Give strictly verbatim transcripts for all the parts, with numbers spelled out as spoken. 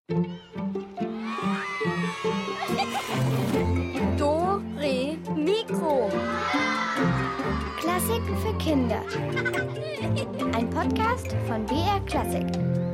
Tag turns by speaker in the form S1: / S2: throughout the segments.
S1: Dore Mikro.
S2: Klassiken für Kinder. Ein Podcast von B R Klassik.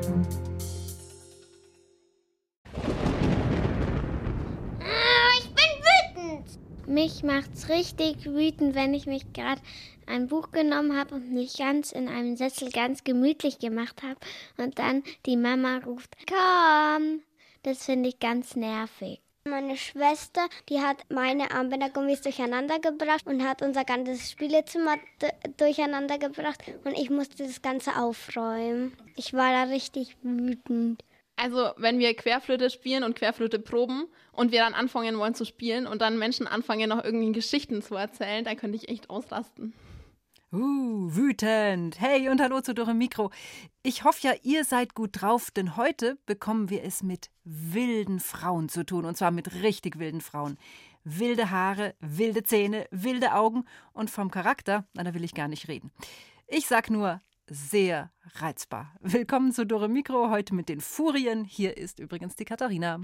S3: Ich bin wütend.
S4: Mich macht's richtig wütend, wenn ich mich gerade ein Buch genommen habe und mich ganz in einem Sessel ganz gemütlich gemacht habe und dann die Mama ruft, komm. Das finde ich ganz nervig.
S3: Meine Schwester, die hat meine Armbändergummis durcheinander gebracht und hat unser ganzes Spielezimmer d- durcheinander gebracht und ich musste das Ganze aufräumen. Ich war da richtig wütend.
S5: Also wenn wir Querflöte spielen und Querflöte proben und wir dann anfangen wollen zu spielen und dann Menschen anfangen, noch irgendwie Geschichten zu erzählen, dann könnte ich echt ausrasten.
S6: Uh, wütend. Hey und hallo zu Dore Mikro. Ich hoffe ja, ihr seid gut drauf, denn heute bekommen wir es mit wilden Frauen zu tun. Und zwar mit richtig wilden Frauen. Wilde Haare, wilde Zähne, wilde Augen und vom Charakter, na, da will ich gar nicht reden. Ich sag nur, sehr reizbar. Willkommen zu Dore Mikro, heute mit den Furien. Hier ist übrigens die Katharina.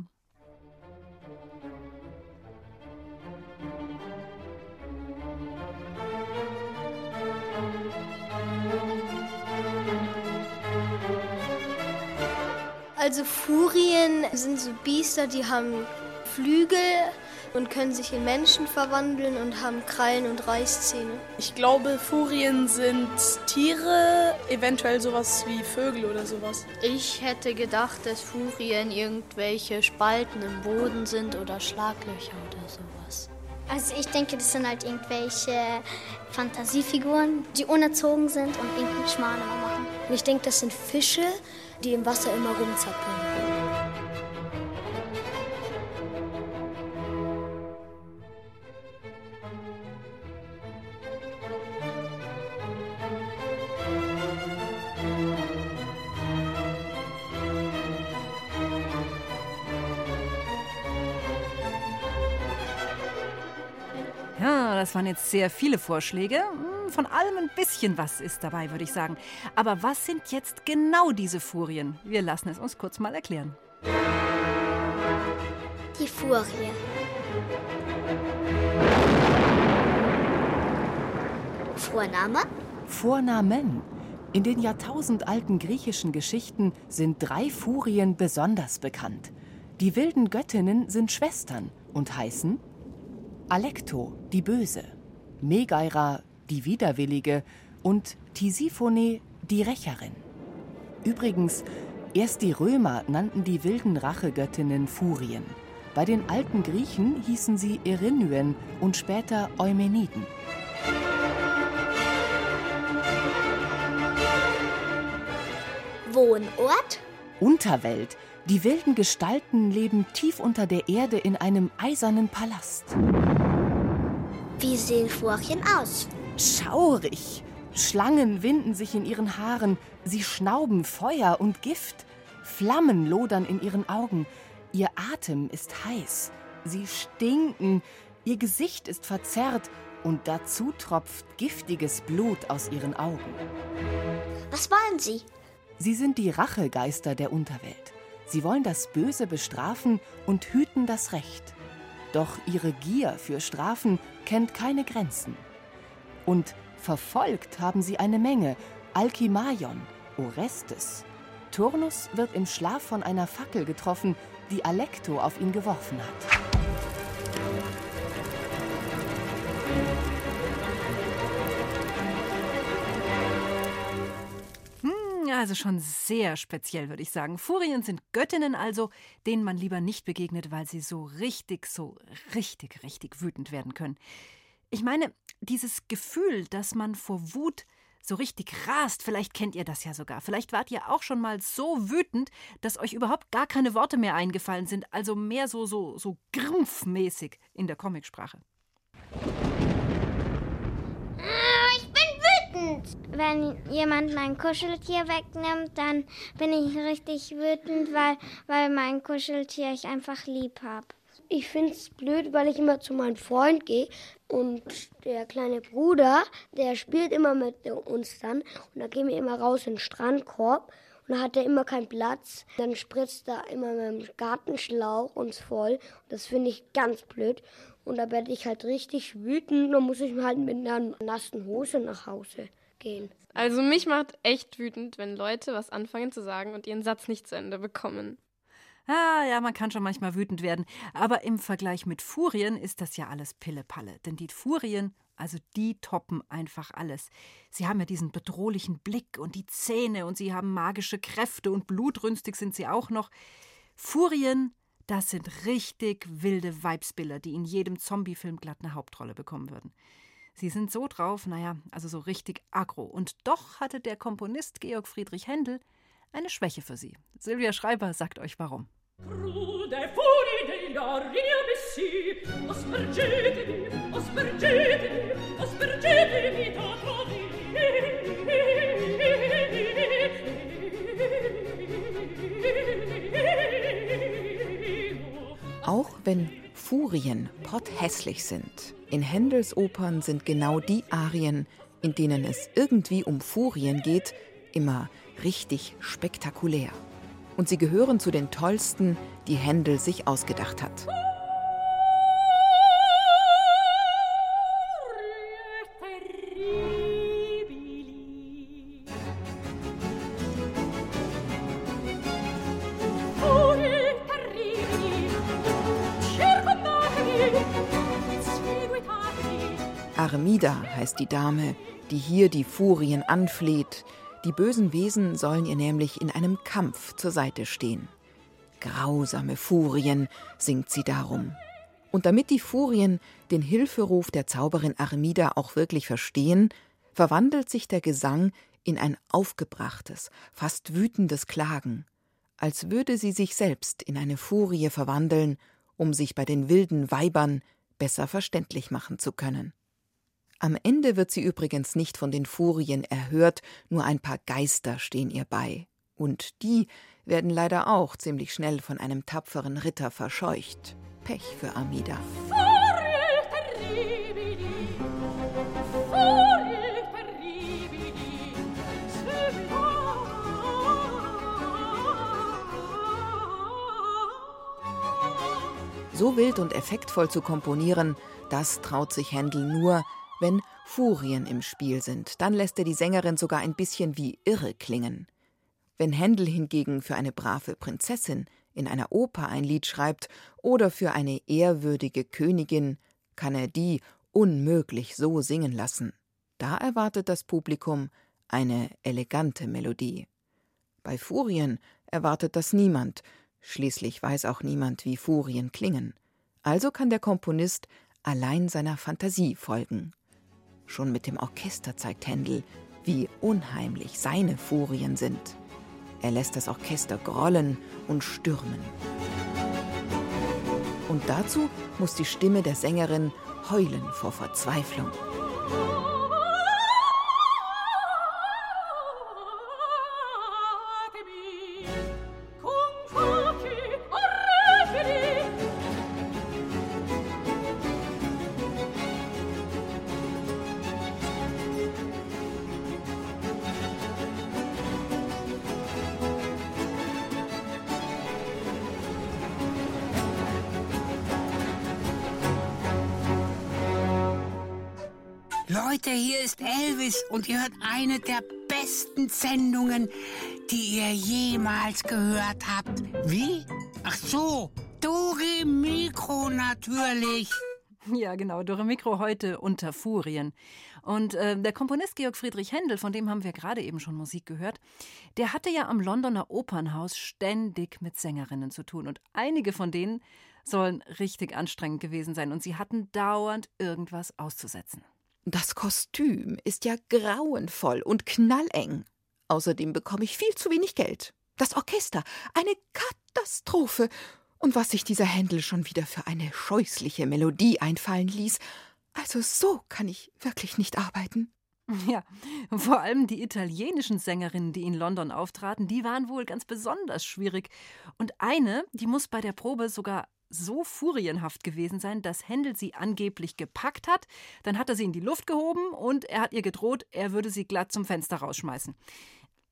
S1: Also Furien sind so Biester, die haben Flügel und können sich in Menschen verwandeln und haben Krallen und Reißzähne.
S7: Ich glaube, Furien sind Tiere, eventuell sowas wie Vögel oder sowas.
S8: Ich hätte gedacht, dass Furien irgendwelche Spalten im Boden sind oder Schlaglöcher oder sowas.
S3: Also ich denke, das sind halt irgendwelche Fantasiefiguren, die unerzogen sind und irgendeinen Schmarrn immer machen.
S1: Und ich denke, das sind Fische, die im Wasser immer rumzappeln.
S6: Ja, das waren jetzt sehr viele Vorschläge. Von allem ein bisschen was ist dabei, würde ich sagen. Aber was sind jetzt genau diese Furien? Wir lassen es uns kurz mal erklären.
S3: Die Furie.
S2: Vorname?
S9: Vornamen. In den jahrtausendalten griechischen Geschichten sind drei Furien besonders bekannt. Die wilden Göttinnen sind Schwestern und heißen Alekto, die Böse, Megaira, die Widerwillige und Tisiphone, die Rächerin. Übrigens, erst die Römer nannten die wilden Rachegöttinnen Furien. Bei den alten Griechen hießen sie Erinyen und später Eumeniden.
S2: Wohnort?
S9: Unterwelt. Die wilden Gestalten leben tief unter der Erde in einem eisernen Palast.
S2: Wie sehen Furien aus?
S9: Schaurig. Schlangen winden sich in ihren Haaren. Sie schnauben Feuer und Gift. Flammen lodern in ihren Augen. Ihr Atem ist heiß. Sie stinken. Ihr Gesicht ist verzerrt. Und dazu tropft giftiges Blut aus ihren Augen.
S2: Was wollen Sie?
S9: Sie sind die Rachegeister der Unterwelt. Sie wollen das Böse bestrafen und hüten das Recht. Doch ihre Gier für Strafen kennt keine Grenzen. Und verfolgt haben sie eine Menge. Alkimaion, Orestes. Turnus wird im Schlaf von einer Fackel getroffen, die Alekto auf ihn geworfen hat.
S6: Also schon sehr speziell, würde ich sagen. Furien sind Göttinnen also, denen man lieber nicht begegnet, weil sie so richtig, so richtig, richtig wütend werden können. Ich meine, dieses Gefühl, dass man vor Wut so richtig rast, vielleicht kennt ihr das ja sogar. Vielleicht wart ihr auch schon mal so wütend, dass euch überhaupt gar keine Worte mehr eingefallen sind. Also mehr so, so, so grimpfmäßig in der Comicsprache.
S4: Wenn jemand mein Kuscheltier wegnimmt, dann bin ich richtig wütend, weil, weil mein Kuscheltier ich einfach lieb habe.
S1: Ich finde es blöd, weil ich immer zu meinem Freund gehe und der kleine Bruder, der spielt immer mit uns dann und da gehen wir immer raus in den Strandkorb
S3: Und da hat er immer keinen Platz. Dann spritzt er immer mit dem Gartenschlauch uns voll. Das finde ich ganz blöd. Und da werde ich halt richtig wütend. Dann muss ich halt mit einer nassen Hose nach Hause gehen.
S10: Also mich macht echt wütend, wenn Leute was anfangen zu sagen und ihren Satz nicht zu Ende bekommen.
S6: Ah, ja, man kann schon manchmal wütend werden. Aber im Vergleich mit Furien ist das ja alles Pillepalle. Denn die Furien, also die toppen einfach alles. Sie haben ja diesen bedrohlichen Blick und die Zähne und sie haben magische Kräfte und blutrünstig sind sie auch noch. Furien, das sind richtig wilde Weibsbilder, die in jedem Zombie-Film glatt eine Hauptrolle bekommen würden. Sie sind so drauf, naja, also so richtig aggro. Und doch hatte der Komponist Georg Friedrich Händel eine Schwäche für sie. Silvia Schreiber sagt euch warum.
S11: Auch wenn Furien potthässlich sind, in Händels Opern sind genau die Arien, in denen es irgendwie um Furien geht, immer richtig spektakulär. Und sie gehören zu den tollsten, die Händel sich ausgedacht hat. Armida heißt die Dame, die hier die Furien anfleht. Die bösen Wesen sollen ihr nämlich in einem Kampf zur Seite stehen. Grausame Furien, singt sie darum. Und damit die Furien den Hilferuf der Zauberin Armida auch wirklich verstehen, verwandelt sich der Gesang in ein aufgebrachtes, fast wütendes Klagen, als würde sie sich selbst in eine Furie verwandeln, um sich bei den wilden Weibern besser verständlich machen zu können. Am Ende wird sie übrigens nicht von den Furien erhört, nur ein paar Geister stehen ihr bei. Und die werden leider auch ziemlich schnell von einem tapferen Ritter verscheucht. Pech für Armida. So wild und effektvoll zu komponieren, das traut sich Händel nur, wenn Furien im Spiel sind. Dann lässt er die Sängerin sogar ein bisschen wie irre klingen. Wenn Händel hingegen für eine brave Prinzessin in einer Oper ein Lied schreibt oder für eine ehrwürdige Königin, kann er die unmöglich so singen lassen. Da erwartet das Publikum eine elegante Melodie. Bei Furien erwartet das niemand. Schließlich weiß auch niemand, wie Furien klingen. Also kann der Komponist allein seiner Fantasie folgen. Schon mit dem Orchester zeigt Händel, wie unheimlich seine Furien sind. Er lässt das Orchester grollen und stürmen. Und dazu muss die Stimme der Sängerin heulen vor Verzweiflung.
S12: Leute, hier ist Elvis und ihr hört eine der besten Sendungen, die ihr jemals gehört habt. Wie? Ach so, Dore Mikro natürlich.
S6: Ja, genau, Dore Mikro heute unter Furien. Und äh, der Komponist Georg Friedrich Händel, von dem haben wir gerade eben schon Musik gehört, der hatte ja am Londoner Opernhaus ständig mit Sängerinnen zu tun. Und einige von denen sollen richtig anstrengend gewesen sein. Und sie hatten dauernd irgendwas auszusetzen.
S11: Das Kostüm ist ja grauenvoll und knalleng. Außerdem bekomme ich viel zu wenig Geld. Das Orchester, eine Katastrophe. Und was sich dieser Händel schon wieder für eine scheußliche Melodie einfallen ließ. Also so kann ich wirklich nicht arbeiten.
S6: Ja, vor allem die italienischen Sängerinnen, die in London auftraten, die waren wohl ganz besonders schwierig. Und eine, die muss bei der Probe sogar so furienhaft gewesen sein, dass Händel sie angeblich gepackt hat. Dann hat er sie in die Luft gehoben und er hat ihr gedroht, er würde sie glatt zum Fenster rausschmeißen.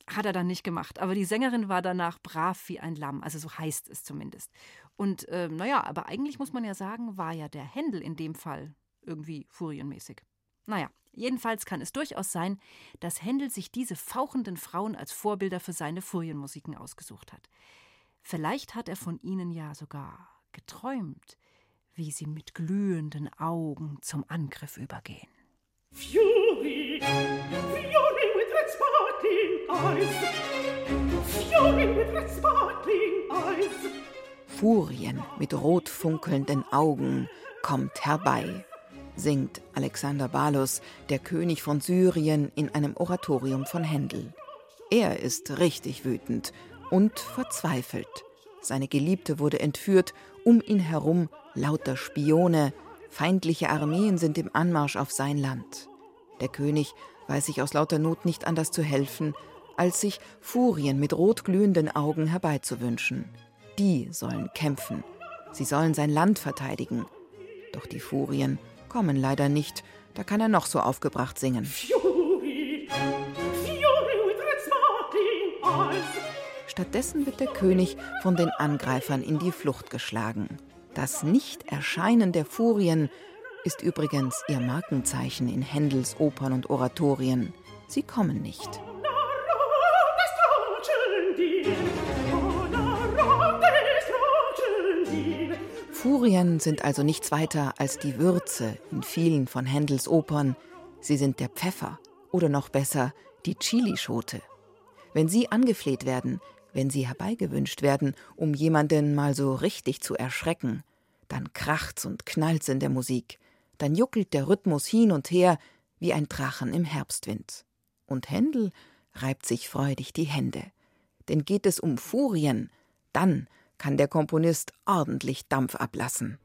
S6: hat er dann nicht gemacht. Aber die Sängerin war danach brav wie ein Lamm. Also so heißt es zumindest. Und äh, naja, aber eigentlich muss man ja sagen, war ja der Händel in dem Fall irgendwie furienmäßig. Naja, jedenfalls kann es durchaus sein, dass Händel sich diese fauchenden Frauen als Vorbilder für seine Furienmusiken ausgesucht hat. Vielleicht hat er von ihnen ja sogar geträumt, wie sie mit glühenden Augen zum Angriff übergehen.
S13: Fury, fury with red sparkling eyes. Fury with red sparkling eyes.
S11: Furien mit rot funkelnden Augen kommt herbei, singt Alexander Balus, der König von Syrien, in einem Oratorium von Händel. Er ist richtig wütend und verzweifelt. Seine Geliebte wurde entführt, um ihn herum lauter Spione, feindliche Armeen sind im Anmarsch auf sein Land. Der König weiß sich aus lauter Not nicht anders zu helfen, als sich Furien mit rotglühenden Augen herbeizuwünschen. Die sollen kämpfen, sie sollen sein Land verteidigen. Doch die Furien kommen leider nicht, da kann er noch so aufgebracht singen.
S13: Fury, fury with red sparkling eyes.
S11: Stattdessen wird der König von den Angreifern in die Flucht geschlagen. Das Nicht-Erscheinen der Furien ist übrigens ihr Markenzeichen in Händels Opern und Oratorien. Sie kommen nicht. Furien sind also nichts weiter als die Würze in vielen von Händels Opern. Sie sind der Pfeffer oder noch besser die Chilischote. Wenn sie angefleht werden, wenn sie herbeigewünscht werden, um jemanden mal so richtig zu erschrecken, dann kracht's und knallt's in der Musik. Dann juckelt der Rhythmus hin und her wie ein Drachen im Herbstwind. Und Händel reibt sich freudig die Hände. Denn geht es um Furien, dann kann der Komponist ordentlich Dampf ablassen.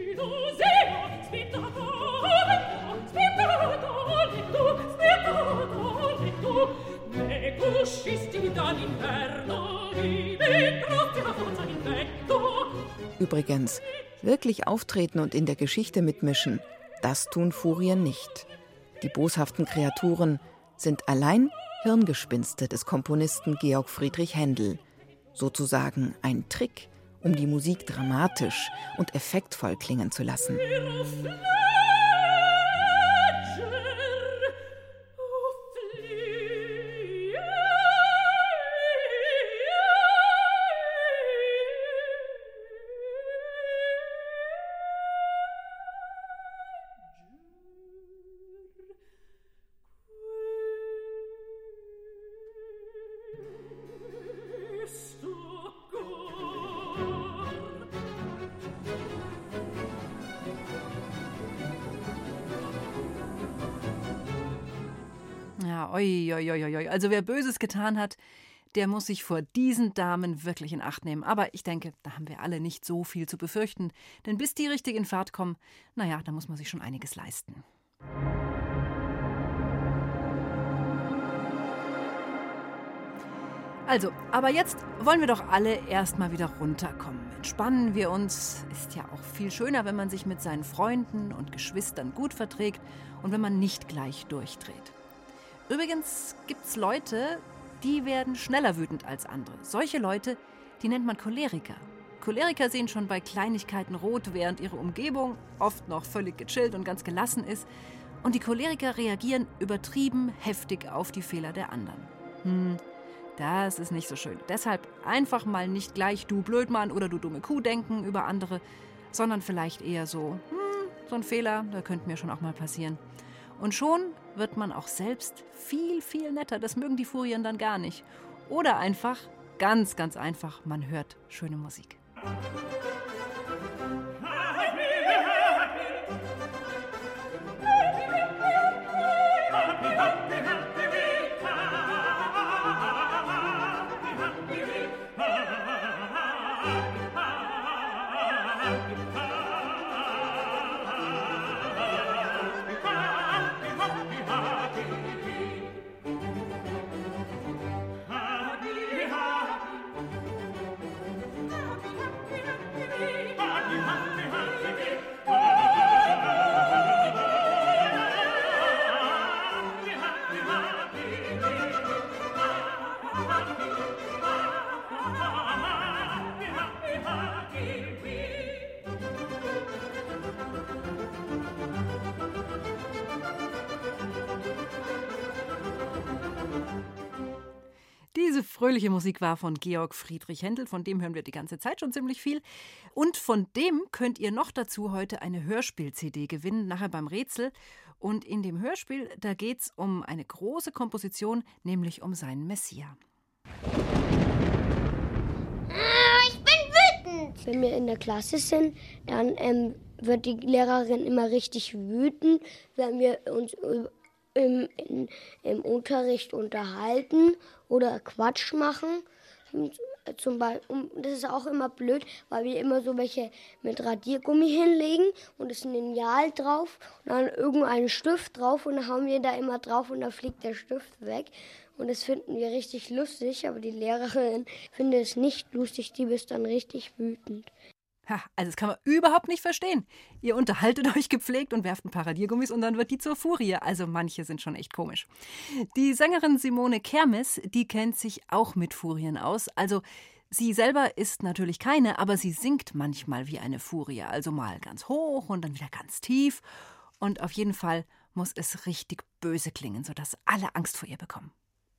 S11: Übrigens, wirklich auftreten und in der Geschichte mitmischen, das tun Furien nicht. Die boshaften Kreaturen sind allein Hirngespinste des Komponisten Georg Friedrich Händel. Sozusagen ein Trick, um die Musik dramatisch und effektvoll klingen zu lassen.
S6: Oi, oi, oi, oi. Also wer Böses getan hat, der muss sich vor diesen Damen wirklich in Acht nehmen. Aber ich denke, da haben wir alle nicht so viel zu befürchten. Denn bis die richtig in Fahrt kommen, naja, da muss man sich schon einiges leisten. Also, aber jetzt wollen wir doch alle erstmal wieder runterkommen. Entspannen wir uns. Ist ja auch viel schöner, wenn man sich mit seinen Freunden und Geschwistern gut verträgt und wenn man nicht gleich durchdreht. Übrigens gibt es Leute, die werden schneller wütend als andere. Solche Leute, die nennt man Choleriker. Choleriker sehen schon bei Kleinigkeiten rot, während ihre Umgebung oft noch völlig gechillt und ganz gelassen ist. Und die Choleriker reagieren übertrieben heftig auf die Fehler der anderen. Hm, das ist nicht so schön. Deshalb einfach mal nicht gleich du Blödmann oder du dumme Kuh denken über andere, sondern vielleicht eher so, hm, so ein Fehler, der könnte mir schon auch mal passieren. Und schon wird man auch selbst viel, viel netter. Das mögen die Furien dann gar nicht. Oder einfach, ganz, ganz einfach, man hört schöne Musik. Diese fröhliche Musik war von Georg Friedrich Händel, von dem hören wir die ganze Zeit schon ziemlich viel. Und von dem könnt ihr noch dazu heute eine Hörspiel-C D gewinnen, nachher beim Rätsel. Und in dem Hörspiel, da geht es um eine große Komposition, nämlich um seinen Messia.
S3: Ich bin wütend! Wenn wir in der Klasse sind, dann ähm, wird die Lehrerin immer richtig wütend, wenn wir uns im, in, im Unterricht unterhalten oder Quatsch machen. Zum Beispiel, das ist auch immer blöd, weil wir immer so welche mit Radiergummi hinlegen und es ist ein Lineal drauf und dann irgendeinen Stift drauf und dann hauen wir da immer drauf und dann fliegt der Stift weg. Und das finden wir richtig lustig, aber die Lehrerin findet es nicht lustig, die ist dann richtig wütend.
S6: Ha, also das kann man überhaupt nicht verstehen. Ihr unterhaltet euch gepflegt und werft ein paar Radiergummis und dann wird die zur Furie. Also manche sind schon echt komisch. Die Sängerin Simone Kermes, die kennt sich auch mit Furien aus. Also sie selber ist natürlich keine, aber sie singt manchmal wie eine Furie. Also mal ganz hoch und dann wieder ganz tief. Und auf jeden Fall muss es richtig böse klingen, sodass alle Angst vor ihr bekommen.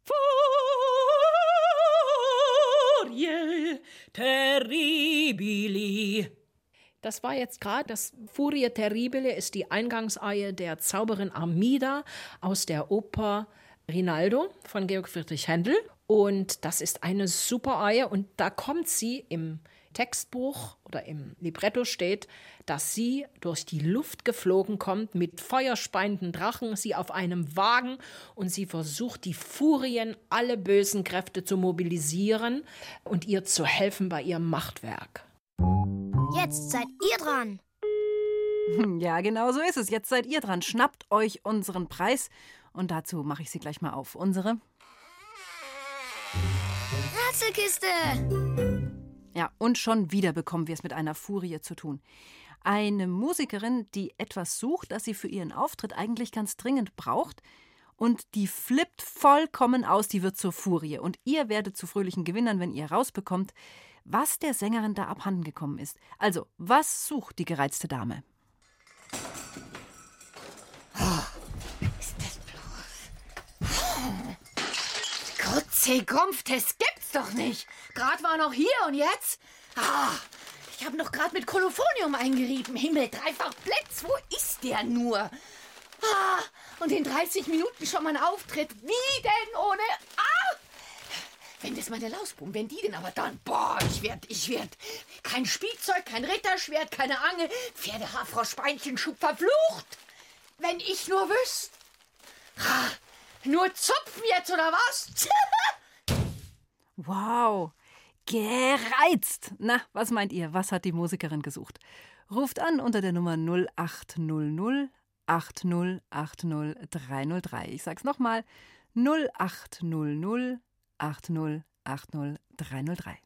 S14: Furie Terribili. Das war jetzt gerade, das Furie Terribile ist die Eingangsarie der Zauberin Armida aus der Oper Rinaldo von Georg Friedrich Händel. Und das ist eine super Arie und da kommt sie im Textbuch oder im Libretto steht, dass sie durch die Luft geflogen kommt mit feuerspeienden Drachen, sie auf einem Wagen und sie versucht, die Furien, alle bösen Kräfte zu mobilisieren und ihr zu helfen bei ihrem Machtwerk.
S2: Jetzt seid ihr dran.
S6: Ja, genau so ist es. Jetzt seid ihr dran. Schnappt euch unseren Preis und dazu mache ich sie gleich mal auf. Unsere
S2: Rätselkiste.
S6: Ja, und schon wieder bekommen wir es mit einer Furie zu tun. Eine Musikerin, die etwas sucht, das sie für ihren Auftritt eigentlich ganz dringend braucht. Und die flippt vollkommen aus, die wird zur Furie. Und ihr werdet zu fröhlichen Gewinnern, wenn ihr rausbekommt, was der Sängerin da abhanden gekommen ist. Also, was sucht die gereizte Dame?
S15: Oh, ist das bloß... Grutze, Grumpf, das gibt's doch nicht. Gerade war noch hier und jetzt? Ah, ich habe noch gerade mit Kolophonium eingerieben. Himmel, dreifach Blitz, wo ist der nur? Ah, und in dreißig Minuten schon mal ein Auftritt. Wie denn ohne... Ah! Wenn das meine Lausbuben, wenn die denn aber dann... Boah, ich werd, ich werd... Kein Spielzeug, kein Ritterschwert, keine Angel, Pferdehaarfroschbeinchenschub verflucht. Wenn ich nur wüsste... Ah, nur zupfen jetzt, oder was?
S6: Wow, gereizt. Na, was meint ihr? Was hat die Musikerin gesucht? Ruft an unter der Nummer null acht null null acht null acht null drei null drei. Ich sag's nochmal, null acht null null acht null acht null drei null drei.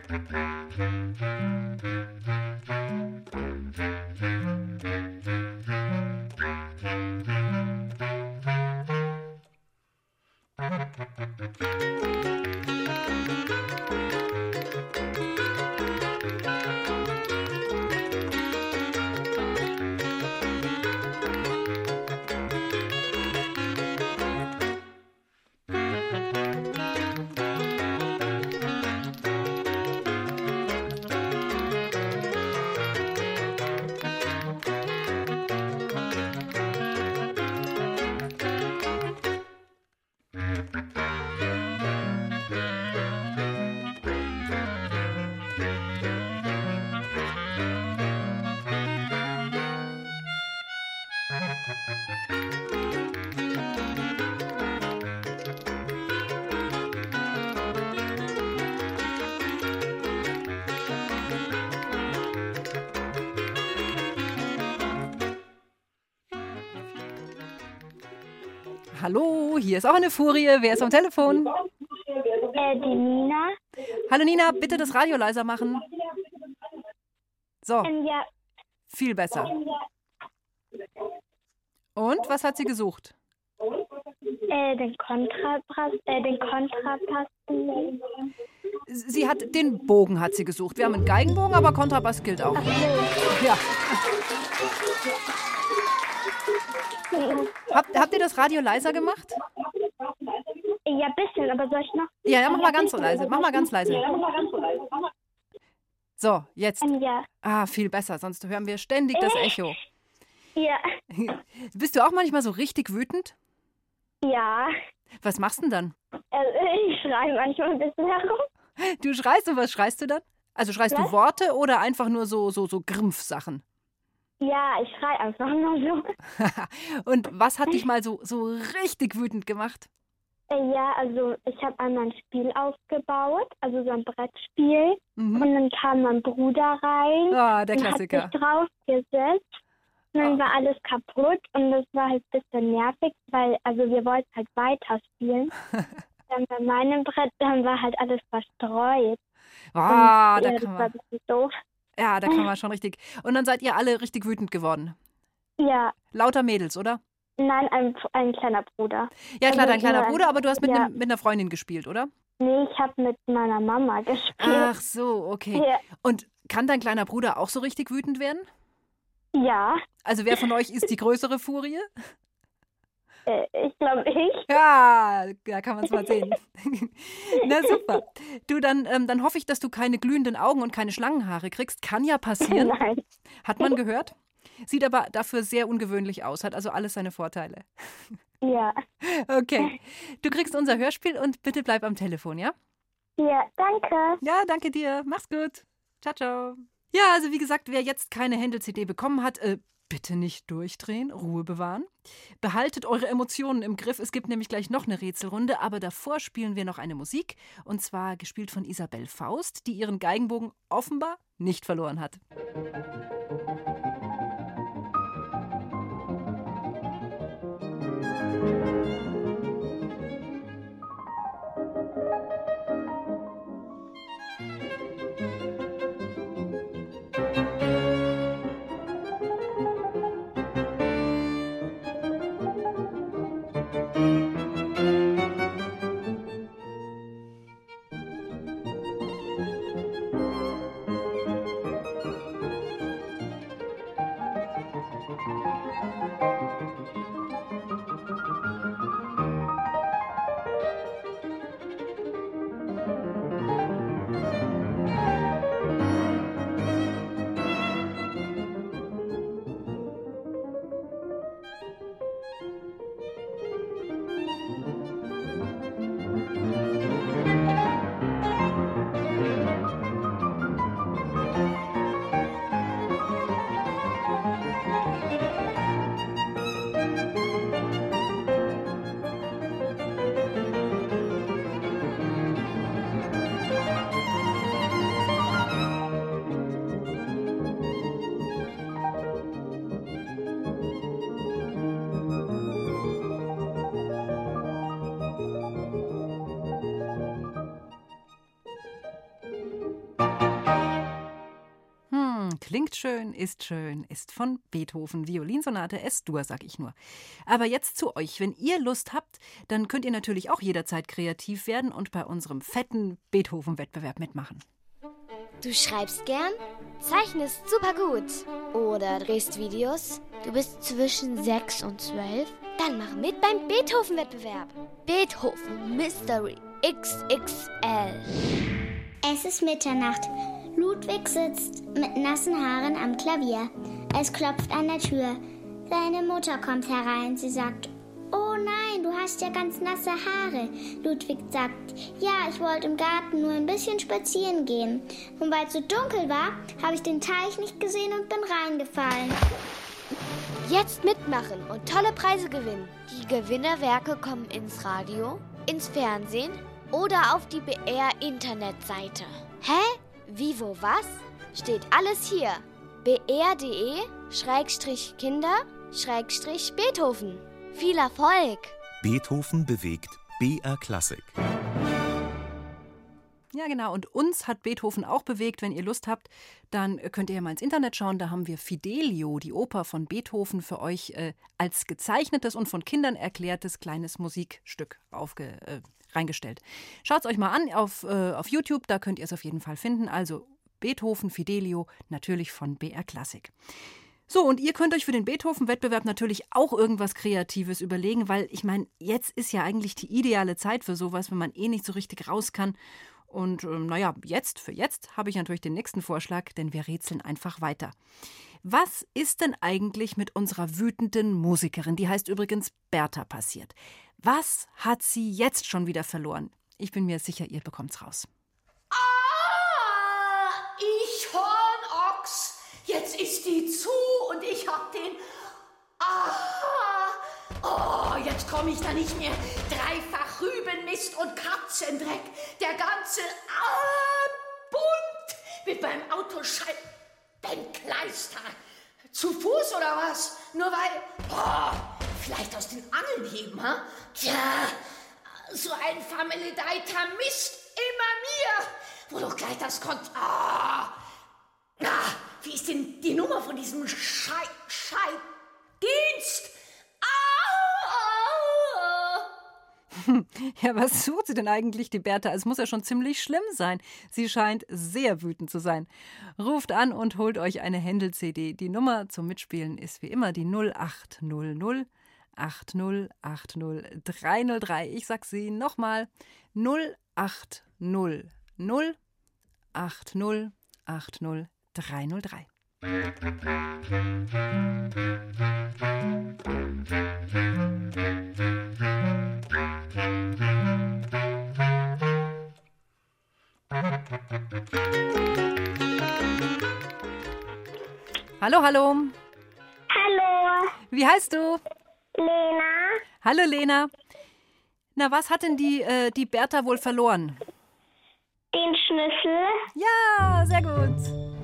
S6: Hallo, hier ist auch eine Furie. Wer ist am Telefon?
S3: Äh, die Nina.
S6: Hallo Nina, bitte das Radio leiser machen. So,
S3: Ähm, ja,
S6: viel besser. Und, was hat sie gesucht?
S3: äh, den Kontrabass, äh, den Kontrabassen.
S6: Sie hat den Bogen hat sie gesucht. Wir haben einen Geigenbogen, aber Kontrabass gilt auch. Ja. Habt, habt ihr das Radio leiser gemacht?
S3: Ja,
S16: Ja, ein bisschen, aber soll ich noch?
S6: Ja, ja, mach mal ganz so leise. Mach mal ganz leise.
S16: Ja, mach mal ganz so leise.
S6: So, jetzt.
S16: Ja.
S6: Ah, viel besser, sonst hören wir ständig das Echo.
S16: Ja.
S6: Bist du auch manchmal so richtig wütend?
S16: Ja.
S6: Was machst du denn dann?
S16: Also, ich schreie manchmal ein bisschen herum.
S6: Du schreist und was schreist du dann? Also schreist
S16: Was?
S6: du Worte oder einfach nur so, so, so Grimpf-Sachen?
S16: Ja, ich schreie einfach nur so.
S6: Und was hat dich mal so, so richtig wütend gemacht?
S16: Äh, Ja, also ich habe einmal ein Spiel aufgebaut, also so ein Brettspiel.
S6: Mhm.
S16: Und dann kam mein Bruder rein
S6: Ah, der
S16: und
S6: Klassiker.
S16: hat sich draufgesetzt. Und dann war alles kaputt und das war halt ein bisschen nervig, weil also wir wollten halt weiterspielen. Dann bei meinem Brett, dann war halt alles verstreut.
S6: Ah,
S16: und,
S6: da
S16: ja,
S6: kann
S16: das war
S6: man.
S16: ein bisschen doof.
S6: Ja, da kann man schon richtig. Und dann seid ihr alle richtig wütend geworden.
S16: Ja,
S6: Lauter Mädels, oder?
S16: nein, ein, ein kleiner Bruder.
S6: Ja, klar,
S16: Also
S6: dein kleiner
S16: nur ein-
S6: Bruder, aber du hast mit,
S16: ja.
S6: nem, mit einer Freundin gespielt, oder?
S16: Nee, ich habe mit meiner Mama gespielt.
S6: Ach so, okay.
S16: Ja.
S6: Und kann dein kleiner Bruder auch so richtig wütend werden?
S16: Ja,
S6: Also wer von euch ist die größere Furie?
S16: äh, ich glaube ich.
S6: Ja, da kann man es mal sehen. Na super. Du, dann, ähm, dann hoffe ich, dass du keine glühenden Augen und keine Schlangenhaare kriegst. Kann ja passieren.
S16: Nein.
S6: Hat man gehört. Sieht aber dafür sehr ungewöhnlich aus. Hat also alles seine Vorteile.
S16: Ja.
S6: Okay. Du kriegst unser Hörspiel und bitte bleib am Telefon, ja?
S16: Ja, danke.
S6: Ja, danke dir. Mach's gut. Ciao, ciao. Ja, also wie gesagt, wer jetzt keine Händel-C D bekommen hat, äh, bitte nicht durchdrehen, Ruhe bewahren. Behaltet eure Emotionen im Griff. Es gibt nämlich gleich noch eine Rätselrunde, aber davor spielen wir noch eine Musik. Und zwar gespielt von Isabel Faust, die ihren Geigenbogen offenbar nicht verloren hat. Klingt schön, ist schön, ist von Beethoven. Violinsonate S-Dur, sag ich nur. Aber jetzt zu euch. Wenn ihr Lust habt, dann könnt ihr natürlich auch jederzeit kreativ werden und bei unserem fetten Beethoven-Wettbewerb mitmachen.
S2: Du schreibst gern, zeichnest super gut oder drehst Videos. Du bist zwischen sechs und zwölf. Dann mach mit beim Beethoven-Wettbewerb. Beethoven Mystery X X L.
S17: Es ist Mitternacht. Ludwig sitzt mit nassen Haaren am Klavier. Es klopft an der Tür. Seine Mutter kommt herein. Sie sagt, oh nein, du hast ja ganz nasse Haare. Ludwig sagt, ja, ich wollte im Garten nur ein bisschen spazieren gehen. Und weil es so dunkel war, habe ich den Teich nicht gesehen und bin reingefallen.
S2: Jetzt mitmachen und tolle Preise gewinnen. Die Gewinnerwerke kommen ins Radio, ins Fernsehen oder auf die B R-Internetseite. Hä? Wie, wo, was? Steht alles hier. b r punkt d e Schrägstrich Kinder Schrägstrich Beethoven. Viel Erfolg!
S18: Beethoven bewegt B R Klassik.
S6: Ja, genau. Und uns hat Beethoven auch bewegt. Wenn ihr Lust habt, dann könnt ihr ja mal ins Internet schauen. Da haben wir Fidelio, die Oper von Beethoven, für euch äh, als gezeichnetes und von Kindern erklärtes kleines Musikstück aufge, äh, reingestellt. Schaut es euch mal an auf, äh, auf YouTube, da könnt ihr es auf jeden Fall finden. Also Beethoven, Fidelio, natürlich von B R Klassik. So, und ihr könnt euch für den Beethoven-Wettbewerb natürlich auch irgendwas Kreatives überlegen, weil ich meine, jetzt ist ja eigentlich die ideale Zeit für sowas, wenn man eh nicht so richtig raus kann. Und ähm, naja, jetzt, für jetzt habe ich natürlich den nächsten Vorschlag, denn wir rätseln einfach weiter. Was ist denn eigentlich mit unserer wütenden Musikerin, die heißt übrigens Bertha, passiert? Was hat sie jetzt schon wieder verloren? Ich bin mir sicher, ihr bekommt's raus.
S15: Ah, ich Hornochs, jetzt ist die zu und ich hab den... Ah, oh, jetzt komme ich da nicht mehr. Dreifach Rübenmist und Katzendreck. Der ganze ah, Bund mit meinem Autoscheibenkleister. Zu Fuß oder was? Nur weil... Oh, vielleicht aus den Angeln heben, ha? Tja, so ein vermaledeiter Mist. Immer mir. Wo doch gleich das kommt. Ah, ah, wie ist denn die Nummer von diesem Schei... Schei... Dienst?
S6: Ja, was sucht sie denn eigentlich, die Bertha? Es muss ja schon ziemlich schlimm sein. Sie scheint sehr wütend zu sein. Ruft an und holt euch eine Händel-C D. Die Nummer zum Mitspielen ist wie immer die null acht null null acht null acht null drei null drei. Ich sag sie nochmal. null acht null null acht null acht null drei null drei. Hallo, hallo.
S16: Hallo.
S6: Wie heißt du?
S16: Lena.
S6: Hallo, Lena. Na, was hat denn die, äh, die Bertha wohl verloren?
S16: Den Schlüssel.
S6: Ja, sehr gut.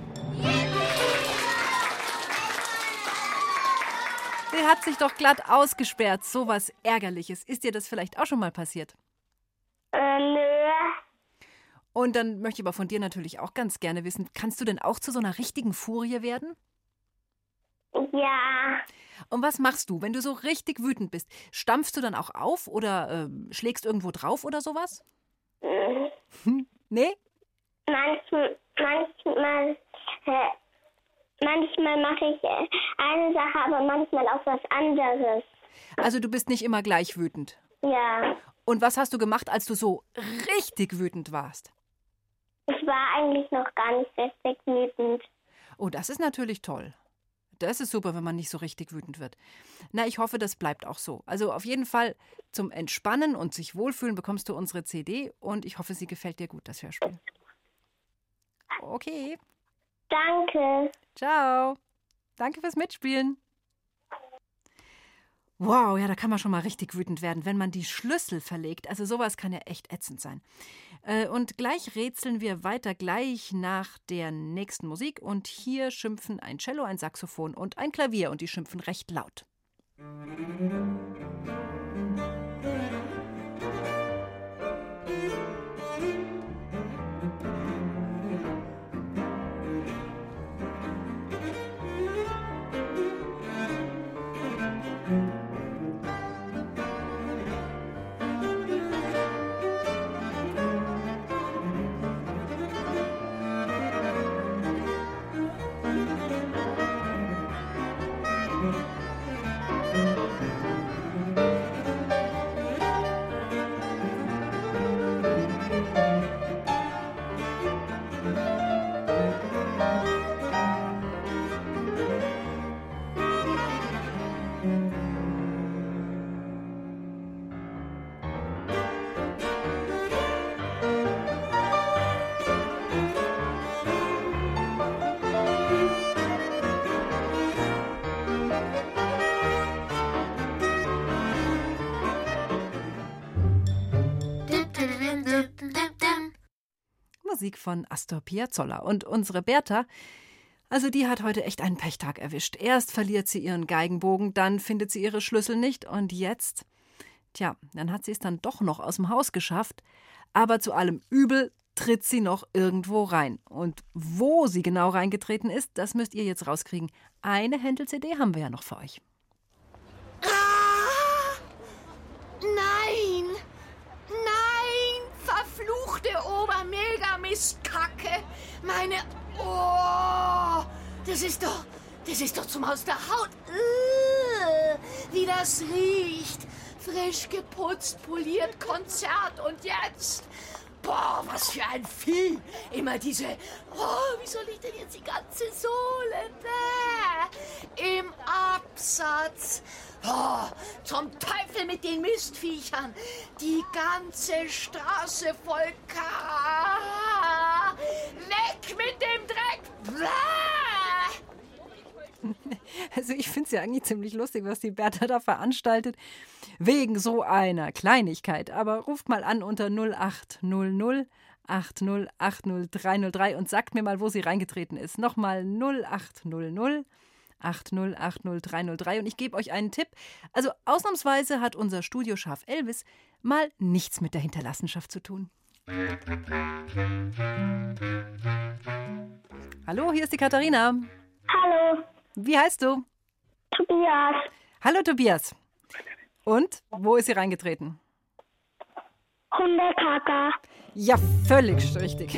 S6: Sie hat sich doch glatt ausgesperrt. So was Ärgerliches. Ist dir das vielleicht auch schon mal passiert?
S16: Äh, nö.
S6: Und dann möchte ich aber von dir natürlich auch ganz gerne wissen, kannst du denn auch zu so einer richtigen Furie werden?
S16: Ja.
S6: Und was machst du, wenn du so richtig wütend bist? Stampfst du dann auch auf oder äh, schlägst irgendwo drauf oder sowas?
S16: Mhm.
S6: Nee?
S16: Manchmal, manchmal, äh, manchmal mache ich äh, eine Sache, aber manchmal auch was anderes.
S6: Also du bist nicht immer gleich wütend?
S16: Ja.
S6: Und was hast du gemacht, als du so richtig wütend warst?
S16: Ich war eigentlich noch gar nicht richtig wütend.
S6: Oh, das ist natürlich toll. Das ist super, wenn man nicht so richtig wütend wird. Na, ich hoffe, das bleibt auch so. Also auf jeden Fall zum Entspannen und sich wohlfühlen bekommst du unsere C D und ich hoffe, sie gefällt dir gut, das Hörspiel. Okay.
S16: Danke.
S6: Ciao. Danke fürs Mitspielen. Wow, ja, da kann man schon mal richtig wütend werden, wenn man die Schlüssel verlegt. Also sowas kann ja echt ätzend sein. Äh, und gleich rätseln wir weiter, gleich nach der nächsten Musik. Und hier schimpfen ein Cello, ein Saxophon und ein Klavier. Und die schimpfen recht laut. Musik von Astor Piazzolla. Und unsere Bertha, also die hat heute echt einen Pechtag erwischt. Erst verliert sie ihren Geigenbogen, dann findet sie ihre Schlüssel nicht und jetzt, tja, dann hat sie es dann doch noch aus dem Haus geschafft. Aber zu allem Übel tritt sie noch irgendwo rein. Und wo sie genau reingetreten ist, das müsst ihr jetzt rauskriegen. Eine Händel-C D haben wir ja noch für euch.
S15: Ah! Nein! Nein! Verfluchte Obermegamist-Kacke! Meine... Oh! Das ist doch... das ist doch zum Aus der Haut. Uh, wie das riecht. Frisch geputzt, poliert, Konzert und jetzt... Boah, was für ein Vieh. Immer diese... Oh, wie soll ich denn jetzt die ganze Sohle? Bäh. Im Absatz. Oh, zum Teufel mit den Mistviechern. Die ganze Straße voll Kara. Weg mit dem Dreck. Bäh.
S6: Also ich finde es ja eigentlich ziemlich lustig, was die Bertha da veranstaltet. Wegen so einer Kleinigkeit. Aber ruft mal an unter null acht null null acht null acht null drei null drei und sagt mir mal, wo sie reingetreten ist. Nochmal null acht null null acht null acht null drei null drei. Und ich gebe euch einen Tipp. Also ausnahmsweise hat unser Studioschaf Elvis mal nichts mit der Hinterlassenschaft zu tun. Hallo, hier ist die Katharina.
S16: Hallo.
S6: Wie heißt du?
S16: Tobias.
S6: Hallo Tobias. Und, wo ist sie reingetreten?
S16: Hundekacke.
S6: Ja, völlig richtig.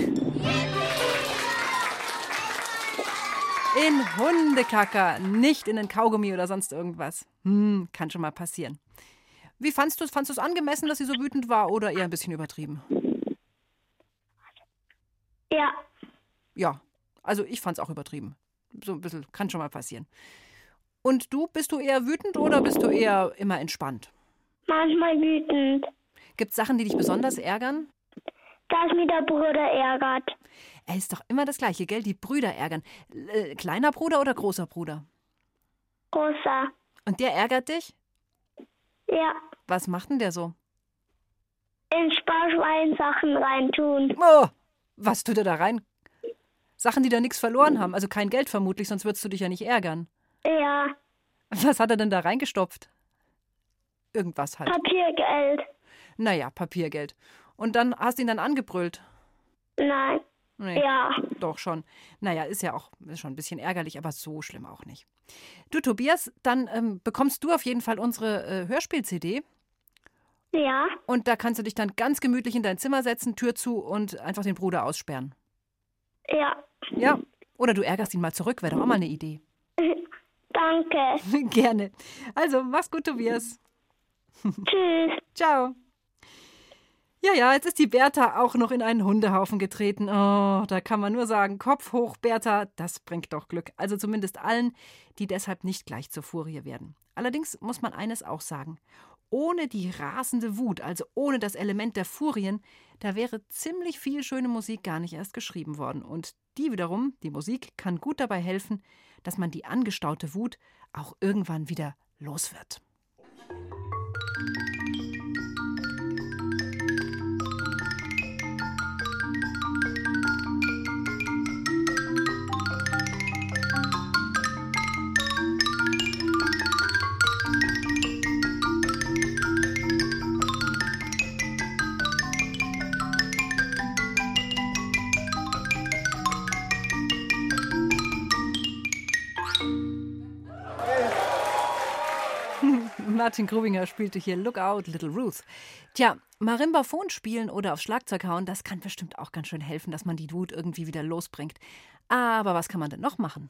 S6: In Hundekacke, nicht in den Kaugummi oder sonst irgendwas. Hm, kann schon mal passieren. Wie fandst du es? Fandst du es angemessen, dass sie so wütend war oder eher ein bisschen übertrieben?
S16: Ja.
S6: Ja, also ich fand es auch übertrieben. So ein bisschen, kann schon mal passieren. Und du, bist du eher wütend oder bist du eher immer entspannt?
S16: Manchmal wütend.
S6: Gibt es Sachen, die dich besonders ärgern?
S16: Dass mich der Bruder ärgert.
S6: Er ist doch immer das Gleiche, gell? Die Brüder ärgern. Äh, kleiner Bruder oder großer Bruder?
S16: Großer.
S6: Und der ärgert dich?
S16: Ja.
S6: Was macht denn der so?
S16: In Sparschwein Sachen reintun.
S6: Oh, was tut er da rein? Sachen, die da nichts verloren haben. Also kein Geld vermutlich, sonst würdest du dich ja nicht ärgern.
S16: Ja.
S6: Was hat er denn da reingestopft? Irgendwas halt.
S16: Papiergeld.
S6: Naja, Papiergeld. Und dann hast du ihn dann angebrüllt?
S16: Nein.
S6: Nee,
S16: ja.
S6: Doch schon. Naja, ist ja auch ist schon ein bisschen ärgerlich, aber so schlimm auch nicht. Du, Tobias, dann ähm, bekommst du auf jeden Fall unsere äh, Hörspiel-C D.
S16: Ja.
S6: Und da kannst du dich dann ganz gemütlich in dein Zimmer setzen, Tür zu und einfach den Bruder aussperren.
S16: Ja.
S6: Ja. Oder du ärgerst ihn mal zurück, wäre doch auch mal eine Idee.
S16: Danke.
S6: Gerne. Also, mach's gut, Tobias.
S16: Tschüss.
S6: Ciao. Ja, ja, jetzt ist die Bertha auch noch in einen Hundehaufen getreten. Oh, da kann man nur sagen, Kopf hoch, Bertha, das bringt doch Glück. Also zumindest allen, die deshalb nicht gleich zur Furie werden. Allerdings muss man eines auch sagen. Ohne die rasende Wut, also ohne das Element der Furien, da wäre ziemlich viel schöne Musik gar nicht erst geschrieben worden. Und die wiederum, die Musik, kann gut dabei helfen, dass man die angestaute Wut auch irgendwann wieder los wird. Martin Grubinger spielte hier Look Out, Little Ruth. Tja, Marimbaphon spielen oder aufs Schlagzeug hauen, das kann bestimmt auch ganz schön helfen, dass man die Wut irgendwie wieder losbringt. Aber was kann man denn noch machen?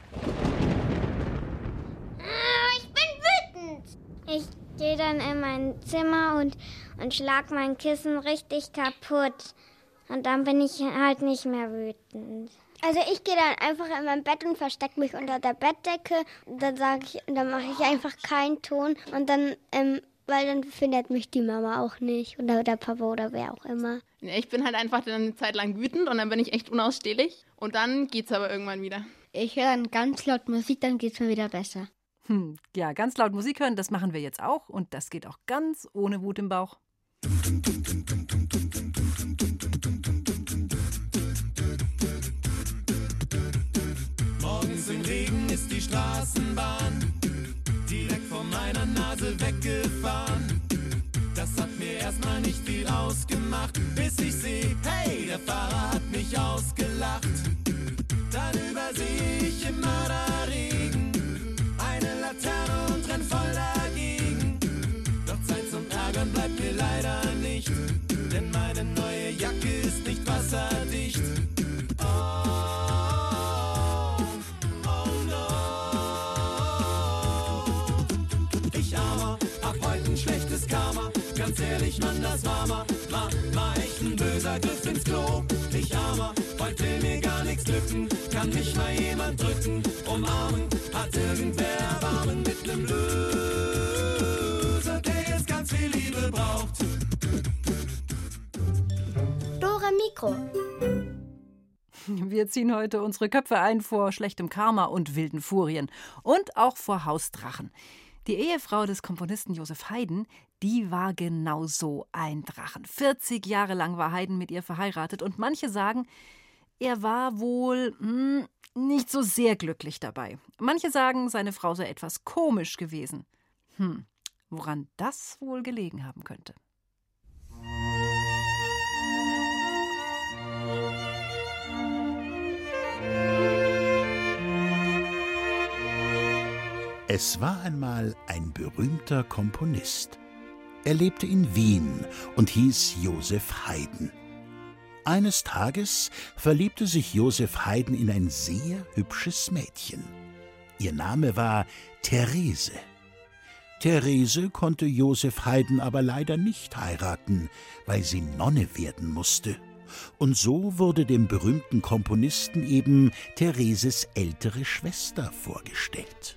S17: Ich bin wütend. Ich gehe dann in mein Zimmer und, und schlag mein Kissen richtig kaputt. Und dann bin ich halt nicht mehr wütend.
S3: Also ich gehe dann einfach in mein Bett und verstecke mich unter der Bettdecke. Und dann sage ich, dann mache ich einfach keinen Ton. Und dann, ähm, weil dann findet mich die Mama auch nicht. Oder der Papa oder wer auch immer.
S5: Ja, ich bin halt einfach dann eine Zeit lang wütend und dann bin ich echt unausstehlich. Und dann geht's aber irgendwann wieder.
S19: Ich höre dann ganz laut Musik, dann geht's mir wieder besser.
S6: Hm, ja, ganz laut Musik hören, das machen wir jetzt auch. Und das geht auch ganz ohne Wut im Bauch.
S20: Morgens im Regen ist die Straßenbahn direkt vor meiner Nase weggefahren. Das hat mir erstmal nicht viel ausgemacht, bis ich sehe, hey, der Fahrer hat mich ausgelacht. Dann übersehe ich im Mörderregen eine Laterne und renn voll dagegen. Doch Zeit zum Ärgern bleibt mir leider nicht, denn meine neue Jacke ist nicht wasserdicht. Oh, oh no. ehrlich, Mann, das war mal, war, war echt ein böser Griff ins Klo. Ich armer, Freund will mir gar nichts glücken, kann mich mal jemand drücken, umarmen, hat irgendwer Erbarmen mit nem Loser, der jetzt ganz viel Liebe braucht.
S17: Dore Mikro.
S6: Wir ziehen heute unsere Köpfe ein vor schlechtem Karma und wilden Furien und auch vor Hausdrachen. Die Ehefrau des Komponisten Joseph Haydn, die war genau so ein Drachen. vierzig Jahre lang war Haydn mit ihr verheiratet und manche sagen, er war wohl hm, nicht so sehr glücklich dabei. Manche sagen, seine Frau sei etwas komisch gewesen. Hm, woran das wohl gelegen haben könnte.
S21: Es war einmal ein berühmter Komponist. Er lebte in Wien und hieß Joseph Haydn. Eines Tages verliebte sich Joseph Haydn in ein sehr hübsches Mädchen. Ihr Name war Therese. Therese konnte Joseph Haydn aber leider nicht heiraten, weil sie Nonne werden musste. Und so wurde dem berühmten Komponisten eben Thereses ältere Schwester vorgestellt.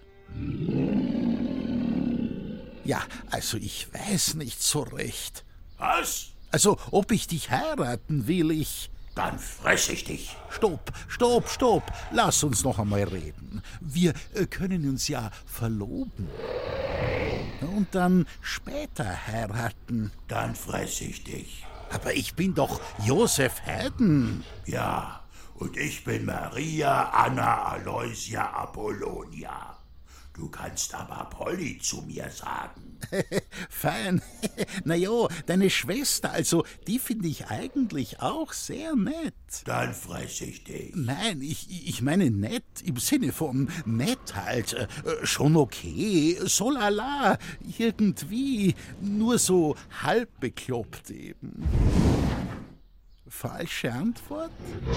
S21: Ja, also ich weiß nicht so recht.
S12: Was?
S21: Also, ob ich dich heiraten will, ich...
S12: Dann fress ich dich.
S21: Stopp, stopp, stopp. Lass uns noch einmal reden. Wir äh, können uns ja verloben. Und dann später heiraten.
S12: Dann fress ich dich.
S21: Aber ich bin doch Joseph Haydn.
S12: Ja, und ich bin Maria Anna Aloysia Apollonia. Du kannst aber Polly zu mir sagen.
S21: Fein. Na ja, deine Schwester, also, die finde ich eigentlich auch sehr nett.
S12: Dann fress ich dich.
S21: Nein, ich, ich meine nett im Sinne von nett halt. Äh, schon okay, so lala, irgendwie, nur so halb bekloppt eben. Falsche Antwort?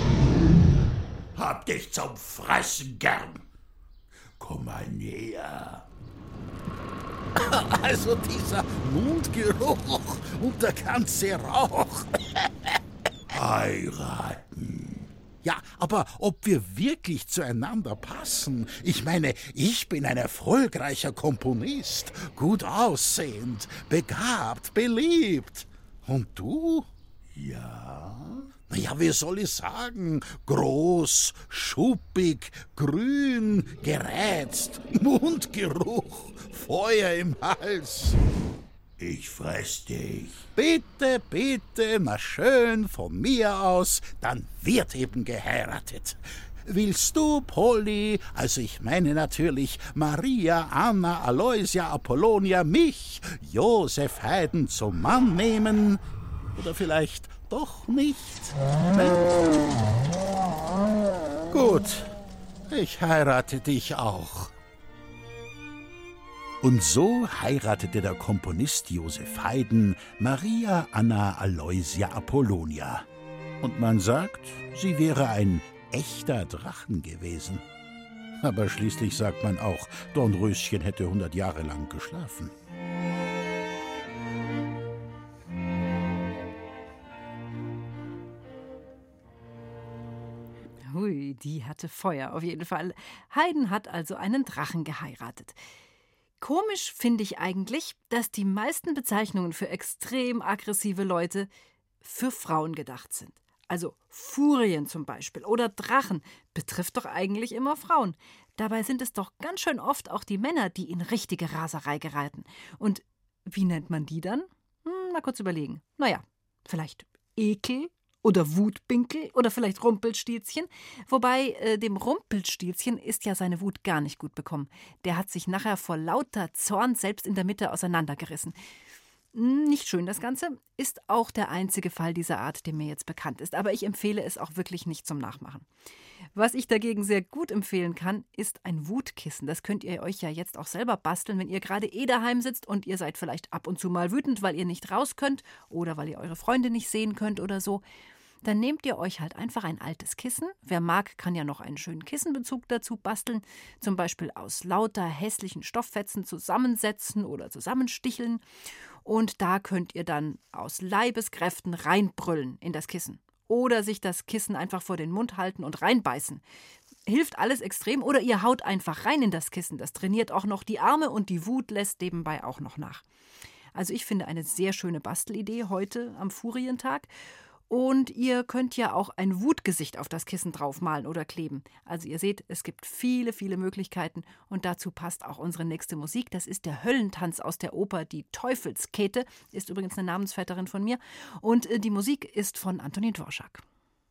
S12: Hab dich zum Fressen gern. Komm mal näher.
S21: Also dieser Mundgeruch und der ganze Rauch.
S12: Heiraten.
S21: Ja, aber ob wir wirklich zueinander passen? Ich meine, ich bin ein erfolgreicher Komponist, gut aussehend, begabt, beliebt. Und du?
S12: Ja.
S21: Naja, wie soll ich sagen? Groß, schuppig, grün, gerätzt, Mundgeruch, Feuer im Hals.
S12: Ich fress dich.
S21: Bitte, bitte, na schön, von mir aus, dann wird eben geheiratet. Willst du, Polly, also ich meine natürlich Maria Anna Aloysia Apollonia, mich, Joseph Haydn, zum Mann nehmen? Oder vielleicht doch nicht? Ne? Gut, ich heirate dich auch. Und so heiratete der Komponist Joseph Haydn Maria Anna Aloysia Apollonia. Und man sagt, sie wäre ein echter Drachen gewesen. Aber schließlich sagt man auch, Dornröschen hätte hundert Jahre lang geschlafen.
S6: Hui, die hatte Feuer auf jeden Fall. Haydn hat also einen Drachen geheiratet. Komisch finde ich eigentlich, dass die meisten Bezeichnungen für extrem aggressive Leute für Frauen gedacht sind. Also Furien zum Beispiel oder Drachen betrifft doch eigentlich immer Frauen. Dabei sind es doch ganz schön oft auch die Männer, die in richtige Raserei geraten. Und wie nennt man die dann? Hm, mal kurz überlegen. Naja, vielleicht Ekel oder Wutbinkel oder vielleicht Rumpelstilzchen. Wobei äh, dem Rumpelstilzchen ist ja seine Wut gar nicht gut bekommen. Der hat sich nachher vor lauter Zorn selbst in der Mitte auseinandergerissen. Nicht schön das Ganze, ist auch der einzige Fall dieser Art, der mir jetzt bekannt ist. Aber ich empfehle es auch wirklich nicht zum Nachmachen. Was ich dagegen sehr gut empfehlen kann, ist ein Wutkissen. Das könnt ihr euch ja jetzt auch selber basteln, wenn ihr gerade eh daheim sitzt und ihr seid vielleicht ab und zu mal wütend, weil ihr nicht raus könnt oder weil ihr eure Freunde nicht sehen könnt oder so. dann nehmt ihr euch halt einfach ein altes Kissen. Wer mag, kann ja noch einen schönen Kissenbezug dazu basteln, zum Beispiel aus lauter hässlichen Stofffetzen zusammensetzen oder zusammensticheln. Und da könnt ihr dann aus Leibeskräften reinbrüllen in das Kissen. Oder sich das Kissen einfach vor den Mund halten und reinbeißen. Hilft alles extrem. Oder ihr haut einfach rein in das Kissen. Das trainiert auch noch die Arme und die Wut lässt nebenbei auch noch nach. Also ich finde eine sehr schöne Bastelidee heute am Furientag. Und ihr könnt ja auch ein Wutgesicht auf das Kissen draufmalen oder kleben. Also ihr seht, es gibt viele, viele Möglichkeiten. Und dazu passt auch unsere nächste Musik. Das ist der Höllentanz aus der Oper Die Teufelskete. Ist übrigens eine Namensvetterin von mir. Und die Musik ist von Antonin Dvorak.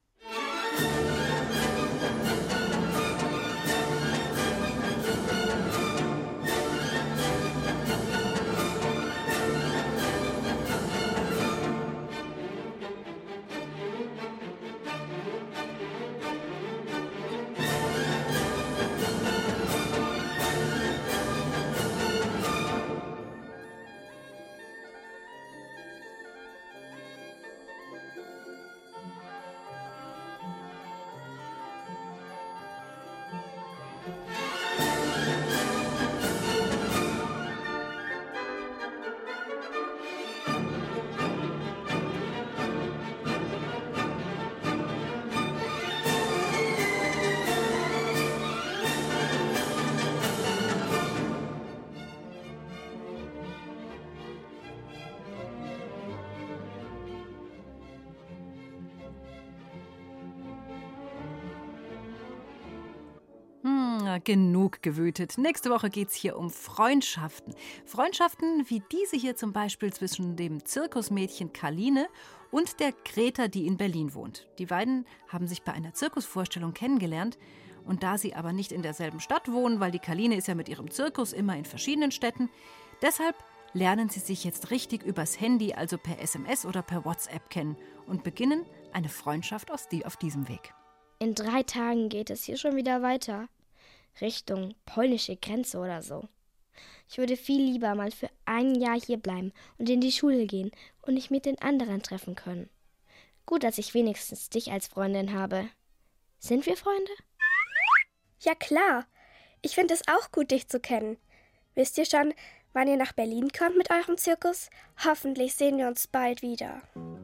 S6: Genug gewütet. Nächste Woche geht es hier um Freundschaften. Freundschaften wie diese hier zum Beispiel zwischen dem Zirkusmädchen Kaline und der Greta, die in Berlin wohnt. Die beiden haben sich bei einer Zirkusvorstellung kennengelernt. Und da sie aber nicht in derselben Stadt wohnen, weil die Kaline ist ja mit ihrem Zirkus immer in verschiedenen Städten, deshalb lernen sie sich jetzt richtig übers Handy, also per S M S oder per WhatsApp kennen und beginnen eine Freundschaft aus die, auf diesem Weg.
S7: In drei Tagen geht es hier schon wieder weiter. Richtung polnische Grenze oder so. Ich würde viel lieber mal für ein Jahr hier bleiben und in die Schule gehen und mich mit den anderen treffen können. Gut, dass ich wenigstens dich als Freundin habe. Sind wir Freunde?
S22: Ja klar. Ich finde es auch gut, dich zu kennen. Wisst ihr schon, wann ihr nach Berlin kommt mit eurem Zirkus? Hoffentlich sehen wir uns bald wieder.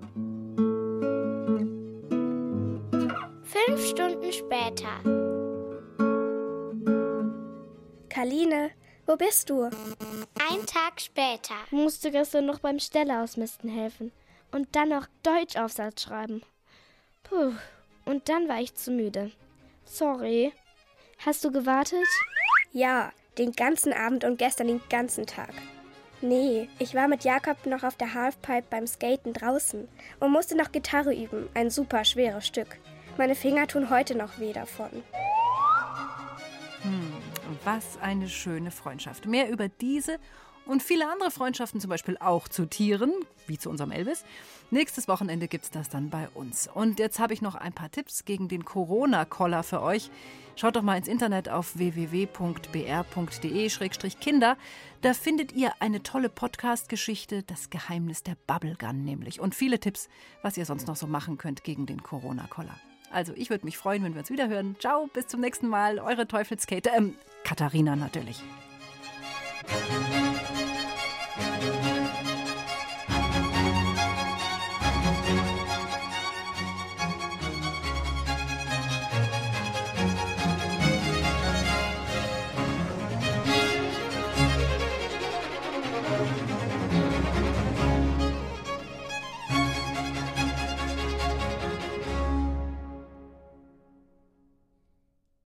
S17: Fünf Stunden später.
S22: Kaline, wo bist du?
S17: Ein Tag später.
S7: Ich musste gestern noch beim Ställe ausmisten helfen und dann noch Deutschaufsatz schreiben. Puh, und dann war ich zu müde. Sorry. Hast du gewartet?
S22: Ja, den ganzen Abend und gestern den ganzen Tag. Nee, ich war mit Jakob noch auf der Halfpipe beim Skaten draußen und musste noch Gitarre üben, ein super schweres Stück. Meine Finger tun heute noch weh davon.
S6: Hm, was eine schöne Freundschaft. Mehr über diese und viele andere Freundschaften, zum Beispiel auch zu Tieren, wie zu unserem Elvis. Nächstes Wochenende gibt es das dann bei uns. Und jetzt habe ich noch ein paar Tipps gegen den Corona-Koller für euch. Schaut doch mal ins Internet auf w w w punkt b r punkt d e slash kinder. Da findet ihr eine tolle Podcast-Geschichte, das Geheimnis der Bubblegum nämlich. Und viele Tipps, was ihr sonst noch so machen könnt gegen den Corona-Koller. Also ich würde mich freuen, wenn wir uns wieder hören. Ciao, bis zum nächsten Mal. Eure Teufelskate, ähm, Katharina natürlich.